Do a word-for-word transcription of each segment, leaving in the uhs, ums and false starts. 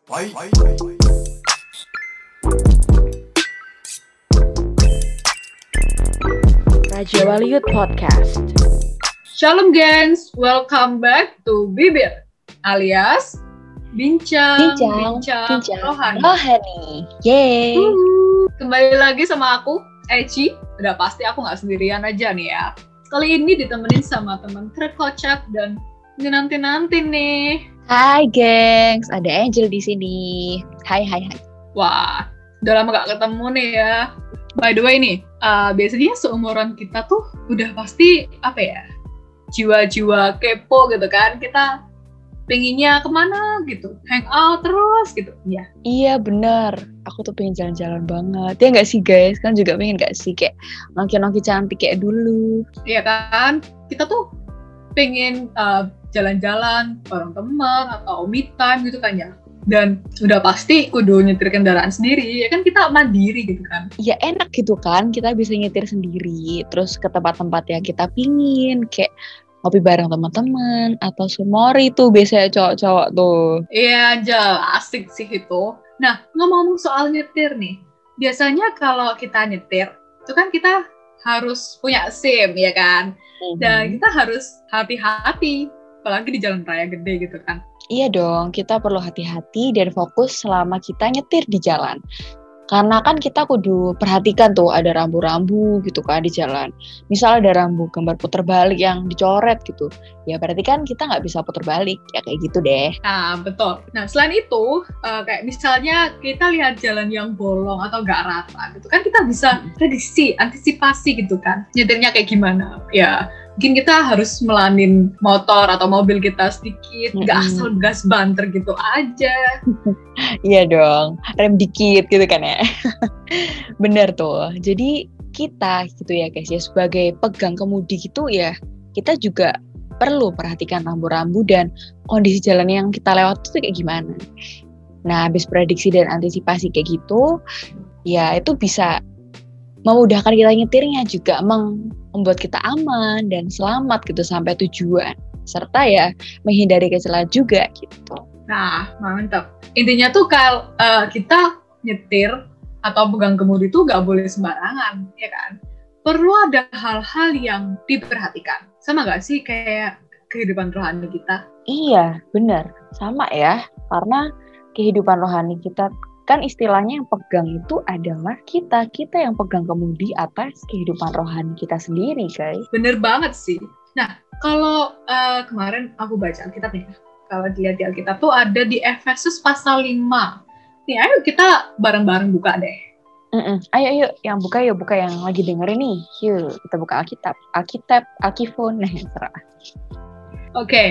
Raja Wali Youth Podcast. Shalom gengs, welcome back to Bibir alias Bincang Bincang, Bincang, bincang Rohani. Rohani. Yeay. Uhuh. Kembali lagi sama aku, Eci. Udah pasti aku nggak sendirian aja nih ya. Kali ini ditemenin sama teman terkocak dan menanti-nanti nih. Hai gengs, ada Angel di sini. Hai hai hai. Wah, udah lama gak ketemu nih ya. By the way nih, uh, biasanya seumuran kita tuh udah pasti apa ya, jiwa-jiwa kepo gitu kan. Kita pengennya kemana gitu, hangout terus gitu ya. Iya bener, aku tuh pengen jalan-jalan banget. Ya nggak sih guys, kan juga pengen nggak sih kayak nongki-nongki cantik kayak dulu. Iya kan, kita tuh pengen uh, jalan-jalan bareng teman atau me time gitu kan ya. Dan udah pasti kudu nyetir kendaraan sendiri, ya kan kita mandiri gitu kan. Ya enak gitu kan, kita bisa nyetir sendiri, terus ke tempat-tempat yang kita pingin, kayak ngopi bareng teman-teman, atau sumori tuh biasanya cowok-cowok tuh. Iya, Jal, asik sih itu. Nah, ngomong-ngomong soal nyetir nih, biasanya kalau kita nyetir, itu kan kita harus punya SIM, ya kan? Mm-hmm. Dan kita harus hati-hati, apalagi di jalan raya gede gitu kan. Iya dong, kita perlu hati-hati dan fokus selama kita nyetir di jalan. Karena kan kita kudu perhatikan tuh ada rambu-rambu gitu kan di jalan. Misal ada rambu gambar puter balik yang dicoret gitu. Ya berarti kan kita nggak bisa puter balik, ya kayak gitu deh. Nah betul. Nah selain itu, uh, kayak misalnya kita lihat jalan yang bolong atau nggak rata gitu kan, kita bisa prediksi, antisipasi gitu kan. Nyetirnya kayak gimana? Ya mungkin kita harus melanin motor atau mobil kita sedikit, nggak mm-hmm. asal gas banter gitu aja. Iya dong, rem dikit gitu kan ya. Bener tuh, jadi kita gitu ya guys ya, sebagai pegang kemudi gitu ya, kita juga perlu perhatikan rambu-rambu dan kondisi jalan yang kita lewat itu kayak gimana. Nah, habis prediksi dan antisipasi kayak gitu, ya itu bisa memudahkan kita nyetirnya, juga emang membuat kita aman dan selamat gitu sampai tujuan, serta ya menghindari kecelakaan juga gitu. Nah, mantap. Intinya tuh kalau uh, kita nyetir atau pegang kemudi itu nggak boleh sembarangan, ya kan? Perlu ada hal-hal yang diperhatikan. Sama nggak sih kayak kehidupan rohani kita? Iya, benar. Sama ya, karena kehidupan rohani kita kan istilahnya yang pegang itu adalah kita, kita yang pegang kemudi atas kehidupan rohani kita sendiri, guys. Bener banget sih. Nah, kalau uh, kemarin aku baca Alkitab nih, kalau dilihat di Alkitab tuh ada di Efesus pasal lima. Nih, ayo kita bareng-bareng buka deh. Mm-mm. Ayo, ayo, yang buka, yuk buka yang lagi dengerin nih. Yuk, kita buka Alkitab, Alkitab, Alkifon, nah serah. Oke. Okay.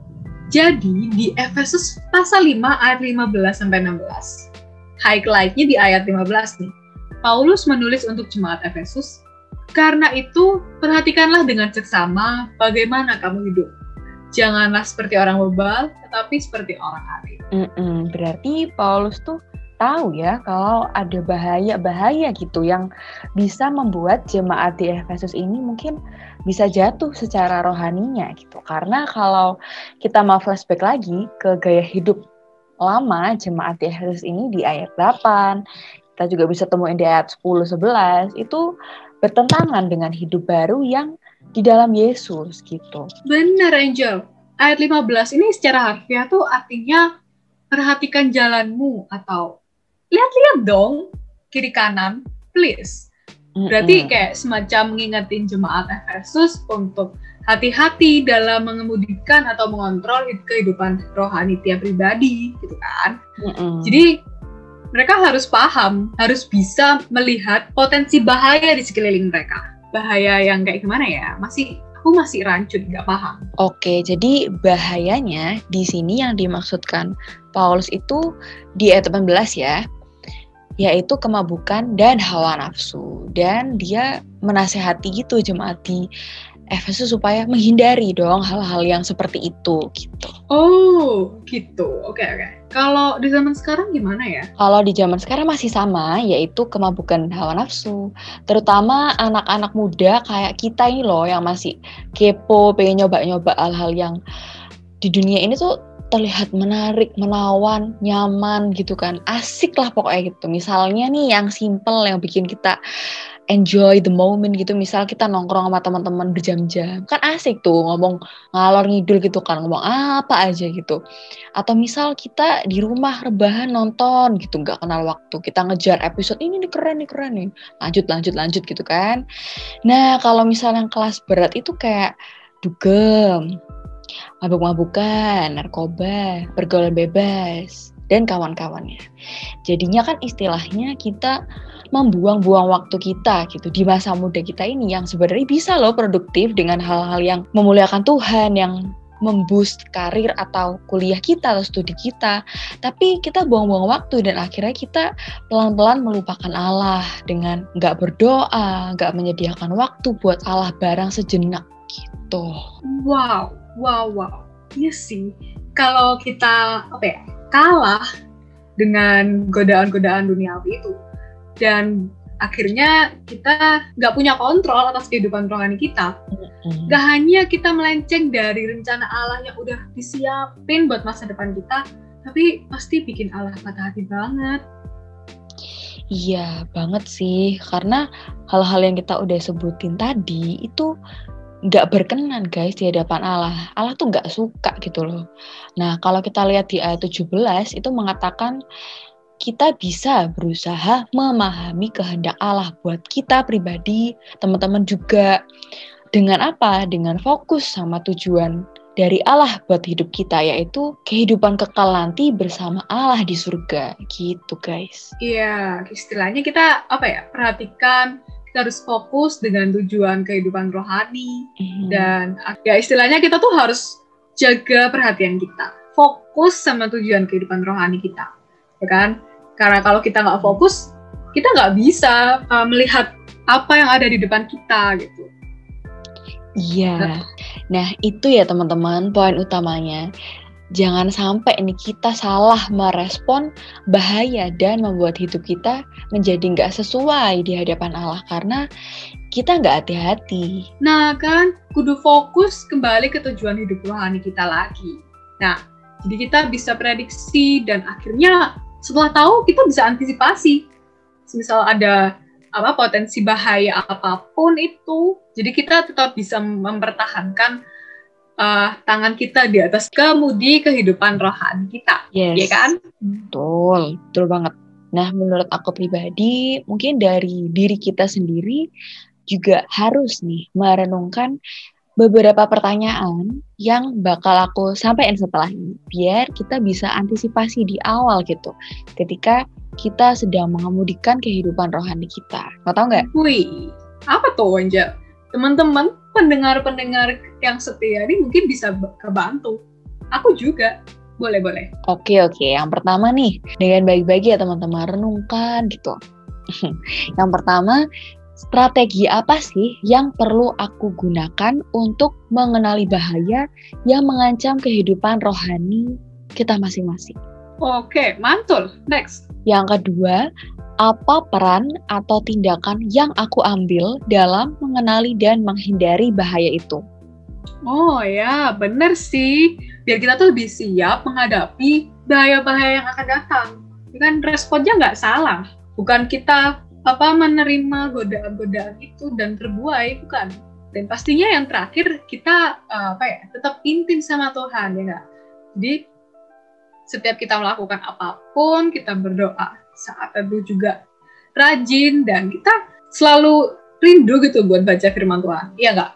Jadi di Efesus pasal lima ayat lima belas sampai enam belas. Highlight-nya di ayat lima belas nih. Paulus menulis untuk jemaat Efesus, karena itu perhatikanlah dengan seksama bagaimana kamu hidup. Janganlah seperti orang bebal, tetapi seperti orang arif. Mm-mm, berarti Paulus tuh tahu ya kalau ada bahaya-bahaya gitu yang bisa membuat jemaat di Efesus ini mungkin bisa jatuh secara rohaninya gitu. Karena kalau kita mau flashback lagi ke gaya hidup lama jemaat di Efesus ini di ayat delapan, kita juga bisa temuin di ayat sepuluh sebelas, itu bertentangan dengan hidup baru yang di dalam Yesus gitu. Bener Angel, ayat lima belas ini secara harfiah tuh artinya perhatikan jalanmu atau lihat-lihat dong kiri kanan, please. Berarti mm-hmm. kayak semacam mengingetin jemaat Efesus untuk hati-hati dalam mengemudikan atau mengontrol kehidupan rohani tiap pribadi, gitu kan. Mm-hmm. Jadi mereka harus paham, harus bisa melihat potensi bahaya di sekeliling mereka. Bahaya yang kayak gimana ya? Masih aku masih rancut, nggak paham. Oke, jadi bahayanya di sini yang dimaksudkan Paulus itu di ayat delapan belas ya, yaitu kemabukan dan hawa nafsu. Dan dia menasehati gitu jemaat di Efesus supaya menghindari dong hal-hal yang seperti itu gitu. Oh, gitu. Oke, okay, oke. Okay. Kalau di zaman sekarang gimana ya? Kalau di zaman sekarang masih sama, yaitu kemabukan hawa nafsu. Terutama anak-anak muda kayak kita ini loh yang masih kepo, pengen nyoba-nyoba hal-hal yang di dunia ini tuh terlihat menarik, menawan, nyaman gitu kan. Asik lah pokoknya gitu. Misalnya nih yang simple yang bikin kita enjoy the moment gitu. Misal kita nongkrong sama teman-teman berjam-jam. Kan asik tuh ngomong ngalor ngidul gitu kan. Ngomong apa aja gitu. Atau misal kita di rumah rebahan nonton gitu. Gak kenal waktu. Kita ngejar episode ini nih keren nih keren nih. Lanjut lanjut lanjut gitu kan. Nah kalau misalnya yang kelas berat itu kayak dugem, mabuk-mabukan, narkoba, pergaulan bebas, dan kawan-kawannya. Jadinya kan istilahnya kita membuang-buang waktu kita gitu di masa muda kita ini yang sebenarnya bisa loh produktif dengan hal-hal yang memuliakan Tuhan, yang memboost karir atau kuliah kita atau studi kita. Tapi kita buang-buang waktu dan akhirnya kita pelan-pelan melupakan Allah dengan nggak berdoa, nggak menyediakan waktu buat Allah barang sejenak gitu. Wow. Wow, wow. Iya sih. Kalau kita apa ya, kalah dengan godaan-godaan duniawi itu, dan akhirnya kita nggak punya kontrol atas kehidupan rohani kita. Mm-hmm. Gak hanya kita melenceng dari rencana Allah yang udah disiapin buat masa depan kita, tapi pasti bikin Allah patah hati banget. Iya, banget sih. Karena hal-hal yang kita udah sebutin tadi itu nggak berkenan guys di hadapan Allah. Allah tuh nggak suka gitu loh. Nah kalau kita lihat di ayat tujuh belas itu mengatakan kita bisa berusaha memahami kehendak Allah buat kita pribadi, teman-teman juga. Dengan apa? Dengan fokus sama tujuan dari Allah buat hidup kita, yaitu kehidupan kekal nanti bersama Allah di surga gitu guys. Iya, istilahnya kita apa ya, perhatikan kita harus fokus dengan tujuan kehidupan rohani, mm-hmm. dan ya istilahnya kita tuh harus jaga perhatian kita, fokus sama tujuan kehidupan rohani kita, ya kan? Karena kalau kita nggak fokus, kita nggak bisa uh, melihat apa yang ada di depan kita gitu. Iya, nah itu ya teman-teman poin utamanya. Jangan sampai nih kita salah merespon bahaya dan membuat hidup kita menjadi nggak sesuai di hadapan Allah karena kita nggak hati-hati. Nah kan, kudu fokus kembali ke tujuan hidup rohani kita lagi. Nah, jadi kita bisa prediksi dan akhirnya setelah tahu kita bisa antisipasi. Misal ada apa potensi bahaya apapun itu, jadi kita tetap bisa mempertahankan Uh, tangan kita di atas kemudi kehidupan rohani kita, yes. Ya kan? Betul, betul banget. Nah, menurut aku pribadi, mungkin dari diri kita sendiri juga harus nih merenungkan beberapa pertanyaan yang bakal aku sampaikan setelah ini, biar kita bisa antisipasi di awal gitu, ketika kita sedang mengemudikan kehidupan rohani kita. Mau tahu nggak? Wih, apa tuh, Wanja? Teman-teman, pendengar-pendengar yang setia ini mungkin bisa kebantu. Aku juga. Boleh-boleh. Oke, oke. Yang pertama nih, dengan baik-baik ya teman-teman, renungkan gitu. Yang pertama, strategi apa sih yang perlu aku gunakan untuk mengenali bahaya yang mengancam kehidupan rohani kita masing-masing? Oke, mantul. Next. Yang kedua, apa peran atau tindakan yang aku ambil dalam mengenali dan menghindari bahaya itu? Oh ya, benar sih. Biar kita tuh lebih siap menghadapi bahaya-bahaya yang akan datang. Kan responnya nggak salah. Bukan kita apa menerima godaan-godaan itu dan terbuai, bukan. Dan pastinya yang terakhir kita uh, apa ya, tetap intim sama Tuhan, ya nggak? Jadi setiap kita melakukan apapun, kita berdoa. Saat teduh juga rajin dan kita selalu rindu gitu buat baca firman Tuhan, iya nggak?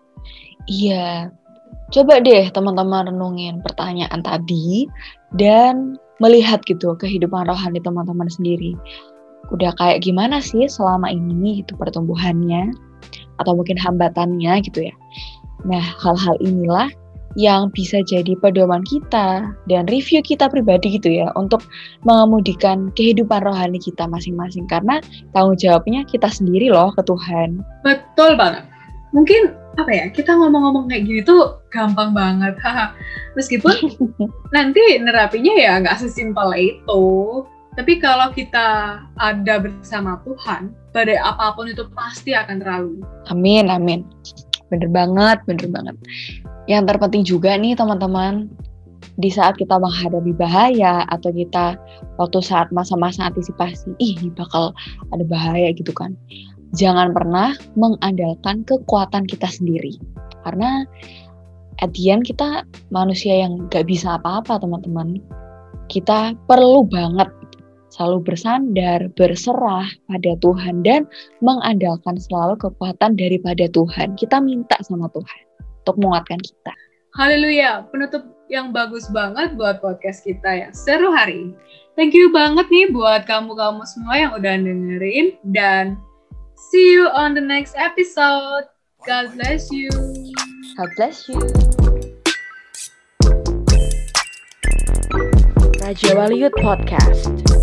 Iya, coba deh teman-teman renungin pertanyaan tadi dan melihat gitu kehidupan rohani teman-teman sendiri. Udah kayak gimana sih selama ini gitu pertumbuhannya atau mungkin hambatannya gitu ya. Nah, hal-hal inilah yang bisa jadi pedoman kita dan review kita pribadi gitu ya untuk mengemudikan kehidupan rohani kita masing-masing karena tanggung jawabnya kita sendiri loh ke Tuhan. Betul banget. Mungkin apa ya, kita ngomong-ngomong kayak gini tuh gampang banget, meskipun nanti nerapinya ya nggak sesimpel itu. Tapi kalau kita ada bersama Tuhan, badai apapun itu pasti akan terlalu. Amin, amin. Bener banget, bener banget. Yang terpenting juga nih teman-teman, di saat kita menghadapi bahaya atau kita waktu saat masa-masa antisipasi, ih ini bakal ada bahaya gitu kan. Jangan pernah mengandalkan kekuatan kita sendiri. Karena at the end kita manusia yang gak bisa apa-apa teman-teman. Kita perlu banget selalu bersandar, berserah pada Tuhan dan mengandalkan selalu kekuatan daripada Tuhan. Kita minta sama Tuhan untuk menguatkan kita. Haleluya, penutup yang bagus banget buat podcast kita yang seru hari ini. Thank you banget nih buat kamu-kamu semua yang udah dengerin, dan see you on the next episode. God bless you. God bless you. Raja Wali Youth Podcast.